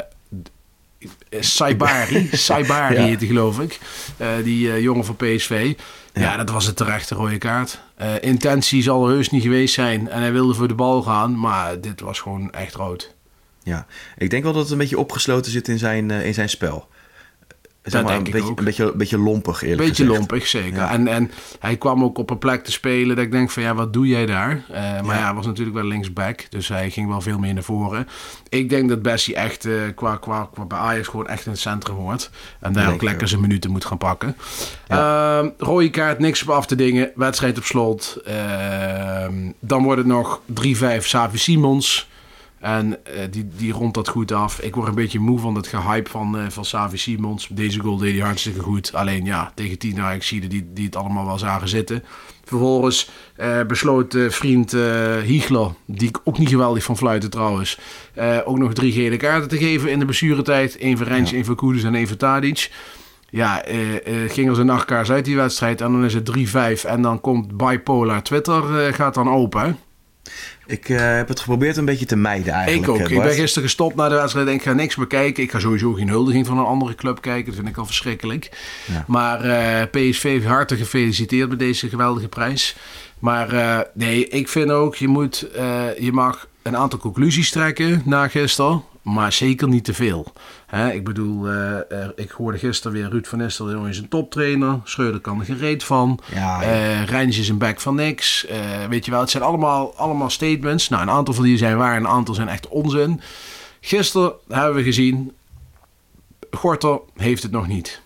Saibari, Saibari Ja. heet hij geloof ik. Uh, die uh, jongen van P S V. Ja. Ja. ja, dat was het terechte rode kaart. Uh, intentie zal er heus niet geweest zijn. En hij wilde voor de bal gaan. Maar dit was gewoon echt rood. Ja. Ik denk wel dat het een beetje opgesloten zit in zijn, uh, in zijn spel. Zeg Dat maar, denk een, ik beetje, ook. een beetje, een beetje lompig, eerlijk Beetje gezegd. lompig, zeker. Ja. En, en hij kwam ook op een plek te spelen dat ik denk van ja, wat doe jij daar? Uh, maar ja. Ja. hij was natuurlijk wel linksback. Dus hij ging wel veel meer naar voren. Ik denk dat Bessie echt uh, qua, qua, qua bij Ajax gewoon echt in het centrum hoort. En daar denk ook ik lekker ook. zijn minuten moet gaan pakken. Ja. Uh, rode kaart, niks op af te dingen. Wedstrijd op slot. Uh, dan wordt het nog drie vijf Xavi Simons. En uh, die, die rondt dat goed af. Ik word een beetje moe van het gehype van, uh, van Xavi Simons. Deze goal deed hij hartstikke goed. Alleen ja, tegen tien Ajaxiden die, die het allemaal wel zagen zitten. Vervolgens uh, besloot uh, vriend uh, Hiegler, die ik ook niet geweldig van fluiten trouwens, uh, ook nog drie gele kaarten te geven in de blessuretijd. Eén voor Rens, Ja. één voor Kudus en één voor Tadic. Ja, uh, uh, ging als een nachtkaars uit die wedstrijd. En dan is het drie vijf. En dan komt bipolar Twitter, uh, gaat dan open. Ik uh, heb het geprobeerd een beetje te mijden eigenlijk. Ik ook. hè, Ik ben Bart. gisteren gestopt na de wedstrijd. Ik ga niks meer kijken. Ik ga sowieso geen huldiging van een andere club kijken. Dat vind ik al verschrikkelijk. Ja. Maar uh, P S V hartelijk gefeliciteerd met deze geweldige prijs. Maar uh, nee, ik vind ook, je, moet, uh, je mag een aantal conclusies trekken na gisteren. Maar zeker niet te veel. Hè, ik bedoel, uh, uh, ik hoorde gisteren weer Ruud van Nistelrooy is een toptrainer. Schreuder kan er geen reet van. Ja, ja. Uh, Reins is een back van niks. Uh, weet je wel, het zijn allemaal, allemaal statements. Nou, een aantal van die zijn waar, een aantal zijn echt onzin. Gisteren hebben we gezien, Gorter heeft het nog niet.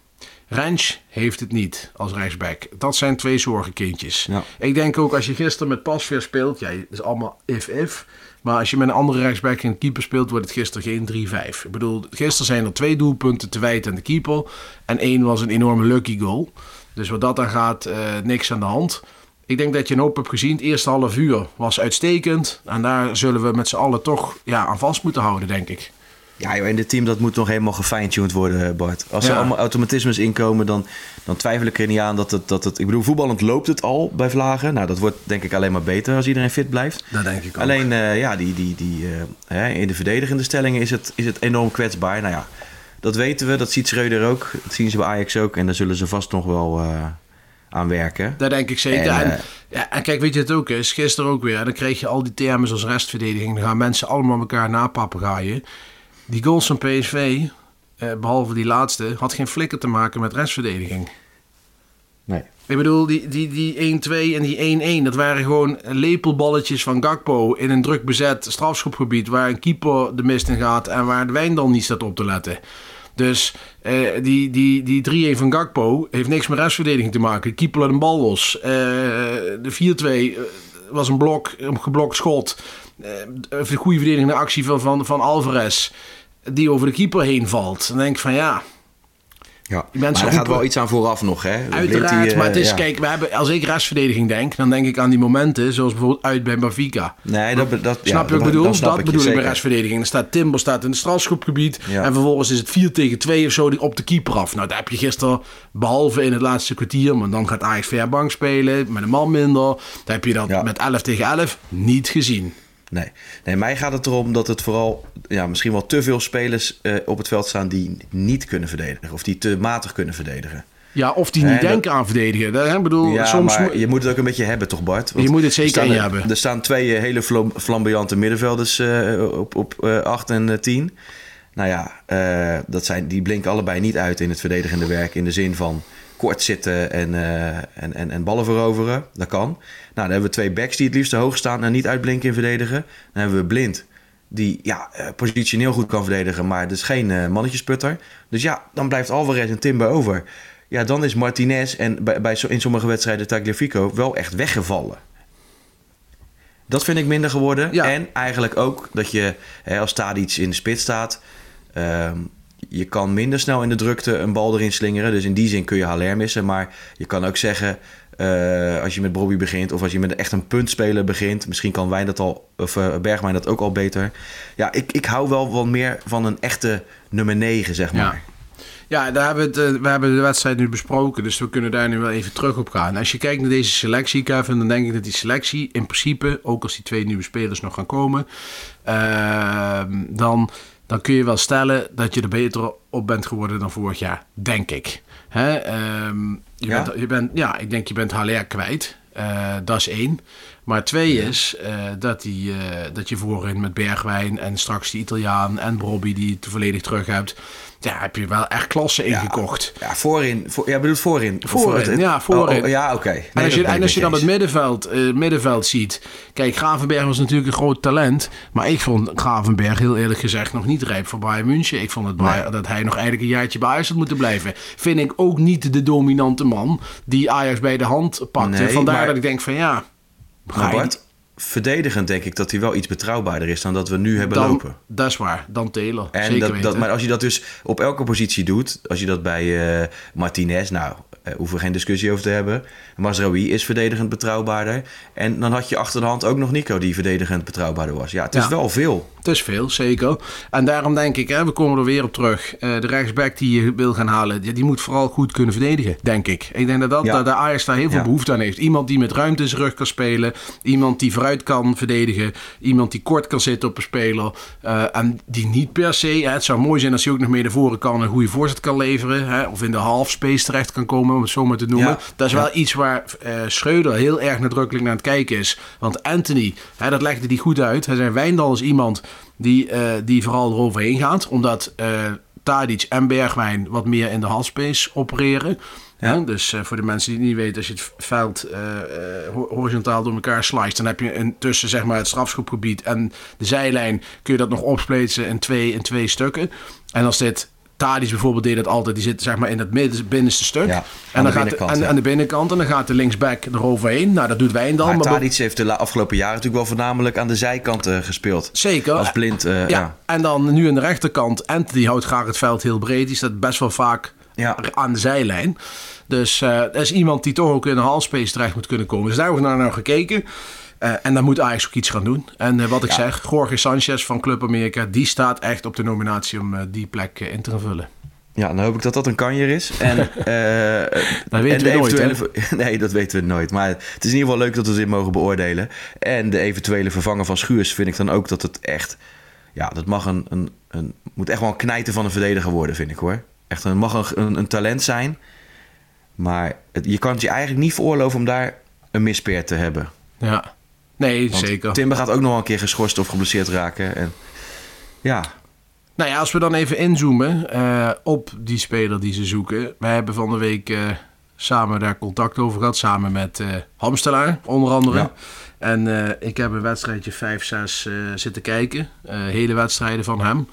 Rens heeft het niet als rechtsback. Dat zijn twee zorgenkindjes. Ja. Ik denk ook als je gisteren met Pasveer speelt... Ja, het is allemaal if-if. Maar als je met een andere rechtsback en keeper speelt... wordt het gisteren geen drie vijf. Ik bedoel, gisteren zijn er twee doelpunten te wijten aan de keeper. En één was een enorme lucky goal. Dus wat dat dan gaat, uh, niks aan de hand. Ik denk dat je een hoop hebt gezien. Het eerste half uur was uitstekend. En daar zullen we met z'n allen toch ja, aan vast moeten houden, denk ik. Ja, joh, en dit team dat moet nog helemaal gefine-tuned worden, Bart. Als Ja. er allemaal automatismes inkomen, dan, dan twijfel ik er niet aan dat het, dat het... Ik bedoel, voetballend loopt het al bij Vlagen. Nou, dat wordt denk ik alleen maar beter als iedereen fit blijft. Dat denk ik ook. Alleen, uh, ja, die, die, die, uh, hè, in de verdedigende stellingen is het, is het enorm kwetsbaar. Nou ja, dat weten we. Dat ziet Schreuder ook. Dat zien ze bij Ajax ook. En daar zullen ze vast nog wel uh, aan werken. Dat denk ik zeker. En, En, uh, ja, en kijk, weet je het ook is? Gisteren ook weer. Dan kreeg je al die termen zoals restverdediging. Dan gaan mensen allemaal elkaar napapegaaien. Die goals van P S V, eh, behalve die laatste, had geen flikker te maken met restverdediging. Nee. Ik bedoel, die, die, die één twee en die één één, dat waren gewoon lepelballetjes van Gakpo in een druk bezet strafschopgebied waar een keeper de mist in gaat en waar de Wijndal niet staat op te letten. Dus eh, die, die, die drie-een van Gakpo heeft niks met restverdediging te maken. De keeper laat een bal los. Uh, de vier twee was een blok, een geblokt schot. Uh, de goede verdedigende actie van, van, van Alvarez, die over de keeper heen valt. Dan denk ik van ja... Ja, maar er gaat wel iets aan vooraf nog, hè? Uiteraard, die, uh, maar het is, ja. kijk, we hebben, als ik restverdediging denk, dan denk ik aan die momenten, zoals bijvoorbeeld uit bij Benfica. Nee, dat, dat, Snap ja, je wat ik dat, bedoel? dan snap Dat ik bedoel ik zeker. bij restverdediging. Dan staat Timber staat in het strafschopgebied Ja. en vervolgens is het vier tegen twee of zo die op de keeper af. Nou, daar heb je gisteren, behalve in het laatste kwartier, maar dan gaat Ajax Verbank spelen, met een man minder. Daar heb je dat Ja. met elf tegen elf niet gezien. Nee. nee, mij gaat het erom dat het vooral ja, misschien wel te veel spelers uh, op het veld staan die niet kunnen verdedigen. Of die te matig kunnen verdedigen. Ja, of die niet Nee, dat- denken aan verdedigen. Dat, hè, bedoel, Ja, soms maar mo- je moet het ook een beetje hebben toch, Bart? Want Je moet het zeker er staan in je er- hebben. Er staan twee uh, hele flam- flamboyante middenvelders uh, op, op uh, acht en tien. Nou ja, uh, dat zijn, die blinken allebei niet uit in het verdedigende werk. In de zin van kort zitten en, uh, en, en, en ballen veroveren. Dat kan. Nou, dan hebben we twee backs die het liefst te hoog staan en niet uitblinken in verdedigen. Dan hebben we Blind, die ja, uh, positioneel goed kan verdedigen, maar dus geen uh, mannetjesputter. Dus ja, dan blijft Alvarez en Timber over. Ja, dan is Martinez en bij, bij, in sommige wedstrijden Tagliafico wel echt weggevallen. Dat vind ik minder geworden. Ja. En eigenlijk ook dat je, hè, als Tadic in de spits staat, um, je kan minder snel in de drukte een bal erin slingeren. Dus in die zin kun je Haller missen. Maar je kan ook zeggen, uh, als je met Bobby begint of als je met echt een puntspeler begint, misschien kan Wijn dat al, of uh, Bergwijn dat ook al beter. Ja, ik, ik hou wel wat meer van een echte nummer negen, zeg maar. Ja. Ja, daar hebben we, het, uh, we hebben de wedstrijd nu besproken, dus we kunnen daar nu wel even terug op gaan. Als je kijkt naar deze selectie, Kevin, dan denk ik dat die selectie in principe, ook als die twee nieuwe spelers nog gaan komen, uh, dan, dan kun je wel stellen dat je er beter op bent geworden dan vorig jaar, denk ik. Hè? Um, je, Ja? bent, je bent, ja, ik denk je bent Haller kwijt. Uh, dat is één. Maar twee is uh, dat, die, uh, dat je voorin met Bergwijn en straks die Italiaan en Bobby die je te volledig terug hebt. Ja, heb je wel echt klasse ingekocht. Ja, voorin. Voor, ja, bedoelt voorin. Voorin, Voor het- ja, voorin. Oh, oh, ja, oké. Okay. En als je, en als je dan het middenveld, uh, middenveld ziet. Kijk, Gravenberg was natuurlijk een groot talent. Maar ik vond Gravenberg heel eerlijk gezegd nog niet rijp voor Bayern München. Ik vond het Nee. Bayern, dat hij nog eigenlijk een jaartje bij Ajax had moeten blijven. Vind ik ook niet de dominante man die Ajax bij de hand pakte. Nee, Vandaar maar- dat ik denk van ja... ga Maar je- Bart, verdedigend denk ik dat hij wel iets betrouwbaarder is dan dat we nu hebben dan, lopen. Dat is waar, dan Taylor. En Zeker dat, weten. dat, maar als je dat dus op elke positie doet, als je dat bij uh, Martinez, nou, uh, hoeven we geen discussie over te hebben. Mazraoui is verdedigend betrouwbaarder. En dan had je achter de hand ook nog Nico die verdedigend betrouwbaarder was. Ja, het is Ja. wel veel. Het is veel, zeker. En daarom denk ik, hè, we komen er weer op terug. Uh, de rechtsback die je wil gaan halen, die, die moet vooral goed kunnen verdedigen, denk ik. Ik denk dat, dat, Ja. dat de Ajax daar heel veel Ja. behoefte aan heeft. Iemand die met ruimte in zijn rug kan spelen. Iemand die vooruit kan verdedigen. Iemand die kort kan zitten op een speler. Uh, en die niet per se, hè, het zou mooi zijn als hij ook nog mee naar voren kan en een goede voorzet kan leveren. Hè, of in de half space terecht kan komen, om het zo maar te noemen. Ja. Dat is Ja. wel iets waar uh, Schreuder heel erg nadrukkelijk naar het kijken is. Want Anthony, hè, dat legde hij goed uit. Hij zei, Wijndal is iemand die, uh, die vooral eroverheen gaat. Omdat uh, Tadic en Bergwijn wat meer in de halfspace opereren. Ja. Ja, dus uh, voor de mensen die het niet weten, als je het veld uh, uh, horizontaal door elkaar slice, dan heb je een, tussen zeg maar, het strafschopgebied en de zijlijn kun je dat nog opsplitsen in twee, in twee stukken. En als dit Tadic bijvoorbeeld deed dat altijd. Die zit zeg maar in het midden, binnenste stuk. Ja, en dan de gaat de, aan, ja. aan de binnenkant. En dan gaat de linksback eroverheen. Nou, dat doet Wijndal. Maar maar Tadic heeft de afgelopen jaren natuurlijk wel voornamelijk aan de zijkant uh, gespeeld. Zeker. Als blind. Uh, ja. ja. En dan nu aan de rechterkant. Anthony houdt graag het veld heel breed. Die staat best wel vaak ja. aan de zijlijn. Dus uh, dat is iemand die toch ook in de halfspace terecht moet kunnen komen. Dus daar hebben we naar, naar gekeken. Uh, en dan moet Ajax ook iets gaan doen. En uh, wat ik ja. zeg, Jorge Sanchez van Club America, die staat echt op de nominatie om uh, die plek uh, in te gaan vullen. Ja, dan hoop ik dat dat een kanjer is. En, uh, dat weten we nooit, eventuele... Nee, dat weten we nooit. Maar het is in ieder geval leuk dat we dit mogen beoordelen. En de eventuele vervanger van Schuurs vind ik dan ook dat het echt... Ja, dat mag een... een, een moet echt wel een knijter van een verdediger worden, vind ik hoor. Echt, het mag een, een, een talent zijn. Maar het, je kan het je eigenlijk niet veroorloven om daar een mispeer te hebben. Ja, nee, Want zeker. Timber gaat ook nog wel een keer geschorst of geblesseerd raken. En ja... Nou ja, als we dan even inzoomen uh, op die speler die ze zoeken. Wij hebben van de week uh, samen daar contact over gehad. Samen met uh, Hamstelaar, onder andere. Ja. En uh, ik heb een wedstrijdje vijf zes uh, zitten kijken. Uh, hele wedstrijden van hem.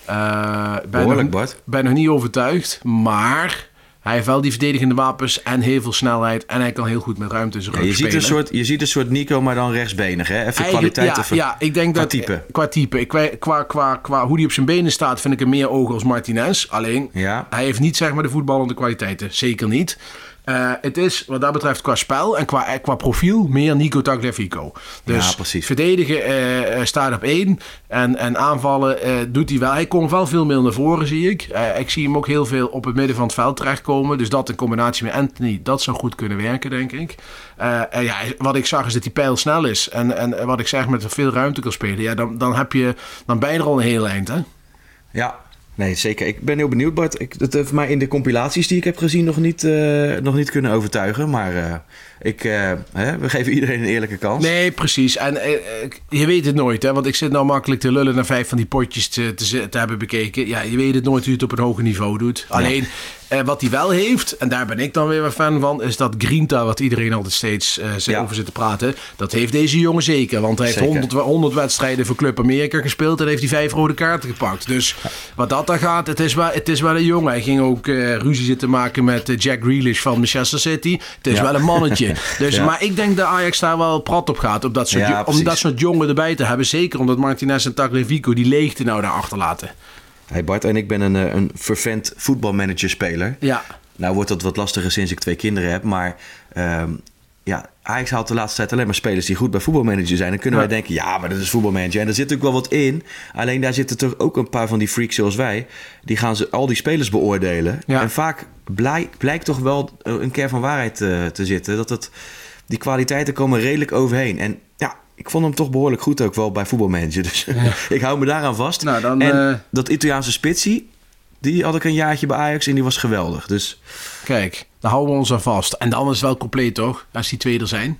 Uh, ben Behoorlijk, nog, Bart. Ben nog niet overtuigd, maar... Hij heeft wel die verdedigende wapens en heel veel snelheid. En hij kan heel goed met ruimte in zijn rug ja, je spelen. Ziet een soort, je ziet een soort Nico, maar dan rechtsbenig. Hè? Even Eigen, kwaliteit. Ja, even, ja, ik denk qua dat... Type. Qua type. Ik, qua, qua, qua hoe hij op zijn benen staat, vind ik hem meer ogen als Martinez. Alleen, ja. hij heeft niet zeg maar de voetballende kwaliteiten. Zeker niet. Uh, het is wat dat betreft qua spel en qua, qua profiel meer Nico Tagliafico. Dus ja, precies. verdedigen uh, staat op één en, en aanvallen uh, doet hij wel. Hij komt wel veel meer naar voren, zie ik. Uh, ik zie hem ook heel veel op het midden van het veld terechtkomen. Dus dat in combinatie met Anthony, dat zou goed kunnen werken, denk ik. Uh, en ja, wat ik zag is dat hij pijlsnel is. En, en wat ik zeg, met veel ruimte kan spelen. Ja, dan, dan, heb je, dan ben je er al een heel eind, hè? Ja. Nee, zeker. Ik ben heel benieuwd, Bart. Ik, dat heeft mij in de compilaties die ik heb gezien nog niet, uh, nog niet kunnen overtuigen. Maar uh, ik, uh, hè, we geven iedereen een eerlijke kans. Nee, precies. En uh, je weet het nooit, hè. Want ik zit nou makkelijk te lullen naar vijf van die potjes te, te, te hebben bekeken. Ja, je weet het nooit hoe je het op een hoger niveau doet. Ja. Alleen, uh, wat hij wel heeft, en daar ben ik dan weer een fan van, is dat Grinta, wat iedereen altijd steeds uh, ja. over zit te praten. Dat heeft deze jongen zeker. Want hij heeft honderd, honderd wedstrijden voor Club America gespeeld en heeft hij vijf rode kaarten gepakt. Dus ja. wat dat dan gaat, het is wel, het is wel een jongen. Hij ging ook uh, ruzie zitten maken met uh, Jack Grealish van Manchester City. Het is ja. wel een mannetje. Dus, ja. Maar ik denk dat Ajax daar wel prat op gaat. Op dat soort, ja, om dat soort jongen erbij te hebben. Zeker omdat Martinez en Tagliafico die leegte nou daar achterlaten. Hey Bart, en ik ben een, een vervent voetbalmanager-speler. Ja. Nou wordt dat wat lastiger sinds ik twee kinderen heb. Maar um, ja, Ajax haalt de laatste tijd alleen maar spelers die goed bij voetbalmanager zijn. Dan kunnen ja. wij denken, ja, maar dat is voetbalmanager. En daar zit natuurlijk wel wat in. Alleen daar zitten toch ook een paar van die freaks zoals wij. Die gaan ze al die spelers beoordelen. Ja. En vaak blijk, blijkt toch wel een kern van waarheid uh, te zitten. Dat het, die kwaliteiten komen redelijk overheen. En ja, ik vond hem toch behoorlijk goed ook wel bij voetbalmanager. Dus ja. ik hou me daaraan vast. Nou, dan, en uh... dat Italiaanse spitsie, die had ik een jaartje bij Ajax en die was geweldig. Dus kijk, daar houden we ons aan vast. En dan is het wel compleet, toch? Als die twee er zijn.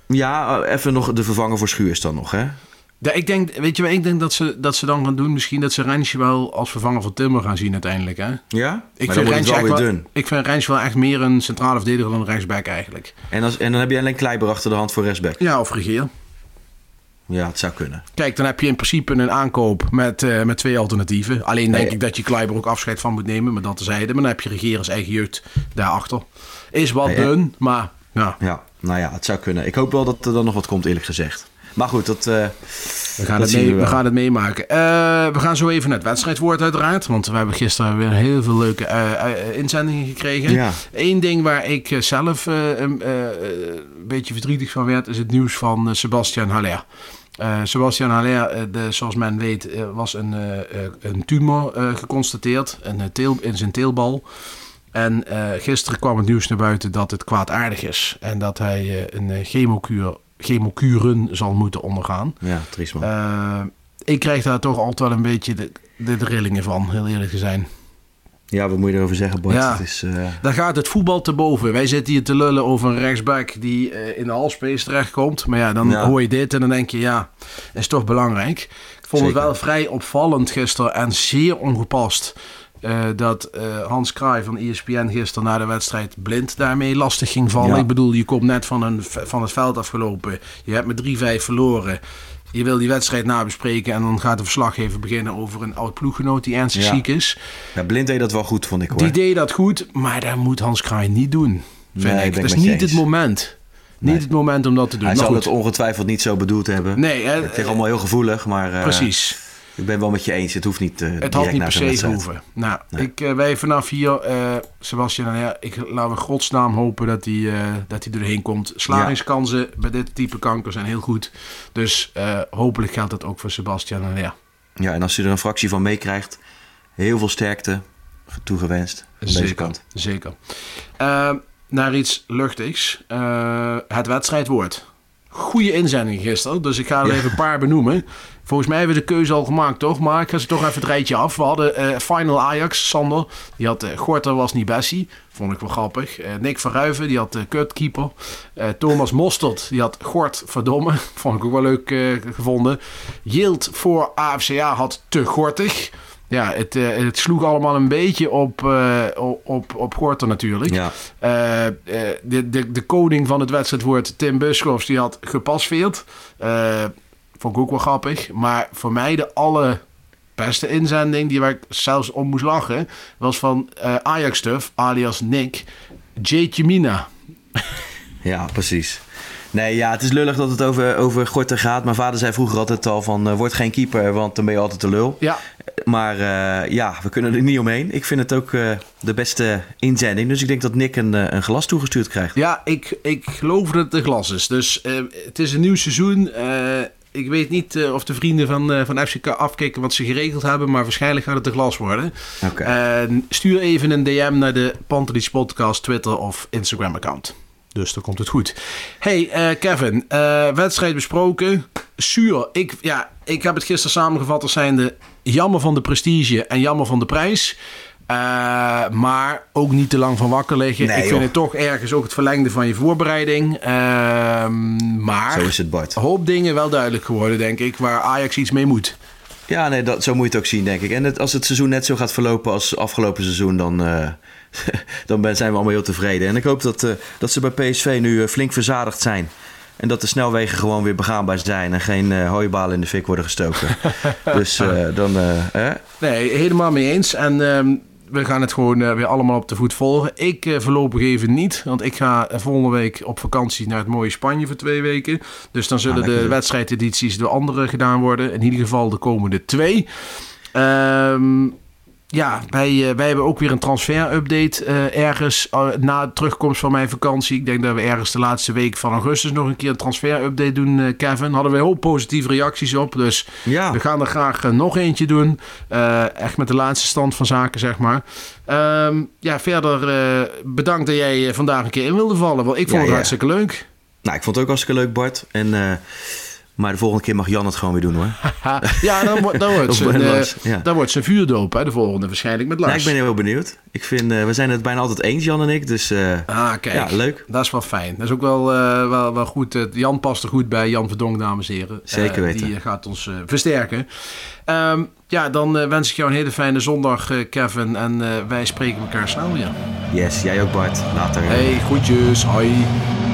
Ja, even nog de vervanger voor Schuurs dan nog, hè? Ja, ik denk, weet je wat ik denk dat ze, dat ze dan gaan doen? Misschien dat ze Rensje wel als vervanger van Timber gaan zien uiteindelijk, hè? Ja? Ik maar vind dan wordt het wel weer dun. Ik vind Rensje wel echt meer een centrale verdediger dan een rechtsback eigenlijk. En, als, en dan heb je alleen Kleiber achter de hand voor rechtsback? Ja, of Regeer. Ja, het zou kunnen. Kijk, dan heb je in principe een aankoop met, uh, met twee alternatieven. Alleen denk nee. ik dat je Kleiber ook afscheid van moet nemen, maar dat terzijde. Maar dan heb je Regeer als eigen jeugd daarachter. Is wat nee, dun, maar ja. Ja, nou ja, het zou kunnen. Ik hoop wel dat er dan nog wat komt, eerlijk gezegd. Maar goed, dat, uh, we, gaan dat het mee, we, we gaan het meemaken. Uh, we gaan zo even naar het wedstrijdwoord uiteraard. Want we hebben gisteren weer heel veel leuke uh, uh, inzendingen gekregen. Ja. Eén ding waar ik uh, zelf uh, uh, uh, een beetje verdrietig van werd, is het nieuws van uh, Sebastian Haller. Uh, Sebastian Haller, uh, de, zoals men weet, uh, was een, uh, een tumor uh, geconstateerd een, uh, teel, in zijn teelbal. En uh, gisteren kwam het nieuws naar buiten dat het kwaadaardig is. En dat hij uh, een uh, chemokuur, chemokuren zal moeten ondergaan. Ja, triest man. Uh, ik krijg daar toch altijd wel een beetje de, de, de rillingen van, heel eerlijk te zijn. Ja, wat moet je erover zeggen, Bart? Ja, het is, uh... daar gaat het voetbal te boven. Wij zitten hier te lullen over een rechtsback die uh, in de halfspace terechtkomt. Maar ja, dan ja. hoor je dit en dan denk je, ja, is toch belangrijk. Ik vond Zeker. het wel vrij opvallend gisteren en zeer ongepast. Uh, dat uh, Hans Kraai van E S P N gisteren na de wedstrijd blind daarmee lastig ging vallen. Ja. Ik bedoel, je komt net van, een, van het veld afgelopen. Je hebt met drie vijf verloren. je wil die wedstrijd nabespreken en dan gaat de verslaggever beginnen over een oud ploeggenoot die ernstig Ja. ziek is. Ja, Blind deed dat wel goed, vond ik hoor. Die deed dat goed, maar dat moet Hans Kraai niet doen. Vind Nee, ik. ben ik Dat is met je niet het eens. moment. Niet Nee. het moment om dat te doen. Hij maar zal goed. het ongetwijfeld niet zo bedoeld hebben. Nee, hè, Het ligt allemaal heel gevoelig, maar uh, precies. ik ben wel met je eens. Het hoeft niet uh, Het direct had niet na per zo'n se wedstrijd. hoeven. Nou, Nee. ik, uh, wij vanaf hier, uh, Sebastian, ja, ik laten we godsnaam hopen dat hij uh, dat hij erheen komt. Slagingskansen bij dit type kanker zijn heel goed. Dus uh, hopelijk geldt dat ook voor Sebastian en ja. Ja, en als u er een fractie van meekrijgt, heel veel sterkte toegewenst van deze Zeker, kant. zeker. Uh, naar iets luchtigs. Uh, het wedstrijdwoord. Goeie inzending gisteren, dus ik ga er Ja. even een paar benoemen. Volgens mij hebben we de keuze al gemaakt, toch? Maar ik ga ze toch even het rijtje af. We hadden uh, Final Ajax, Sander. Die had uh, Gorter was niet Bessie. Vond ik wel grappig. Uh, Nick Verruiven, die had uh, kutkeeper. Uh, Thomas Mostert, die had Gort verdomme. Vond ik ook wel leuk uh, gevonden. Yield voor A F C A had te gortig. Ja, het, uh, het sloeg allemaal een beetje op, uh, op, op Gorter natuurlijk. Ja. Uh, uh, de, de, de koning van het wedstrijdwoord, Tim Buschhoffs, die had gepasveerd. Uh, vond ik ook wel grappig. Maar voor mij de allerbeste inzending, die waar ik zelfs om moest lachen, was van uh, Ajax-Stuff, alias Nick, Jake Mina. Ja, precies. Nee, ja, het is lullig dat het over, over Gorter gaat. Mijn vader zei vroeger altijd al van, uh, word geen keeper, want dan ben je altijd de lul. Ja. Maar uh, ja, we kunnen er niet omheen. Ik vind het ook uh, de beste inzending. Dus ik denk dat Nick een, uh, een glas toegestuurd krijgt. Ja, ik, ik geloof dat het een glas is. Dus uh, het is een nieuw seizoen. Uh, ik weet niet uh, of de vrienden van, uh, van F C K afkijken wat ze geregeld hebben. Maar waarschijnlijk gaat het een glas worden. Okay. Uh, stuur even een D M naar de Pantelis Podcast Twitter of Instagram account. Dus dan komt het goed. Hey uh, Kevin, uh, wedstrijd besproken. Zuur. Ik, ja, ik heb het gisteren samengevat als zijnde jammer van de prestige en jammer van de prijs. Uh, maar ook niet te lang van wakker liggen. Nee, ik vind joh. het toch ergens ook het verlengde van je voorbereiding. Uh, maar Zo is het, Bart. een hoop dingen wel duidelijk geworden, denk ik, waar Ajax iets mee moet. Ja, nee, dat, zo moet je het ook zien, denk ik. En het, als het seizoen net zo gaat verlopen als afgelopen seizoen, dan, uh, dan ben, zijn we allemaal heel tevreden. En ik hoop dat, uh, dat ze bij P S V nu uh, flink verzadigd zijn. En dat de snelwegen gewoon weer begaanbaar zijn en geen uh, hooibalen in de fik worden gestoken. Dus uh, dan... Uh, eh? Nee, helemaal mee eens. En uh, we gaan het gewoon uh, weer allemaal op de voet volgen. Ik uh, voorlopig even niet, want ik ga uh, volgende week op vakantie naar het mooie Spanje voor twee weken. Dus dan zullen Ah, de lekker. wedstrijdedities door anderen gedaan worden. In ieder geval de komende twee. Ehm... Ja, wij, uh, wij hebben ook weer een transfer-update uh, ergens uh, na de terugkomst van mijn vakantie. Ik denk dat we ergens de laatste week van augustus nog een keer een transfer-update doen, uh, Kevin. Hadden we heel positieve reacties op, dus Ja. we gaan er graag uh, nog eentje doen. Uh, echt met de laatste stand van zaken, zeg maar. Um, ja, verder uh, bedankt dat jij uh, vandaag een keer in wilde vallen, want ik vond Ja, het ja. hartstikke leuk. Nou, ik vond het ook hartstikke leuk, Bart. En, uh, maar de volgende keer mag Jan het gewoon weer doen, hoor. Ha, ja, dan, wordt- dan wordt Of zijn, bij uh, Lars, ja. dan wordt zijn vuurdoop, hè, de volgende waarschijnlijk met Lars. Nou, ik ben heel benieuwd. Ik vind, uh, we zijn het bijna altijd eens, Jan en ik. Dus uh, Ah, kijk. ja, leuk. Dat is wel fijn. Dat is ook wel, uh, wel, wel goed. Uh, Jan past er goed bij. Jan Verdonk, dames en heren. Zeker Uh, weten. Die uh, gaat ons uh, versterken. Um, ja, dan uh, wens ik jou een hele fijne zondag, uh, Kevin. En uh, wij spreken elkaar snel weer. Yes, jij ook, Bart. Later. Hey, groetjes. Hoi.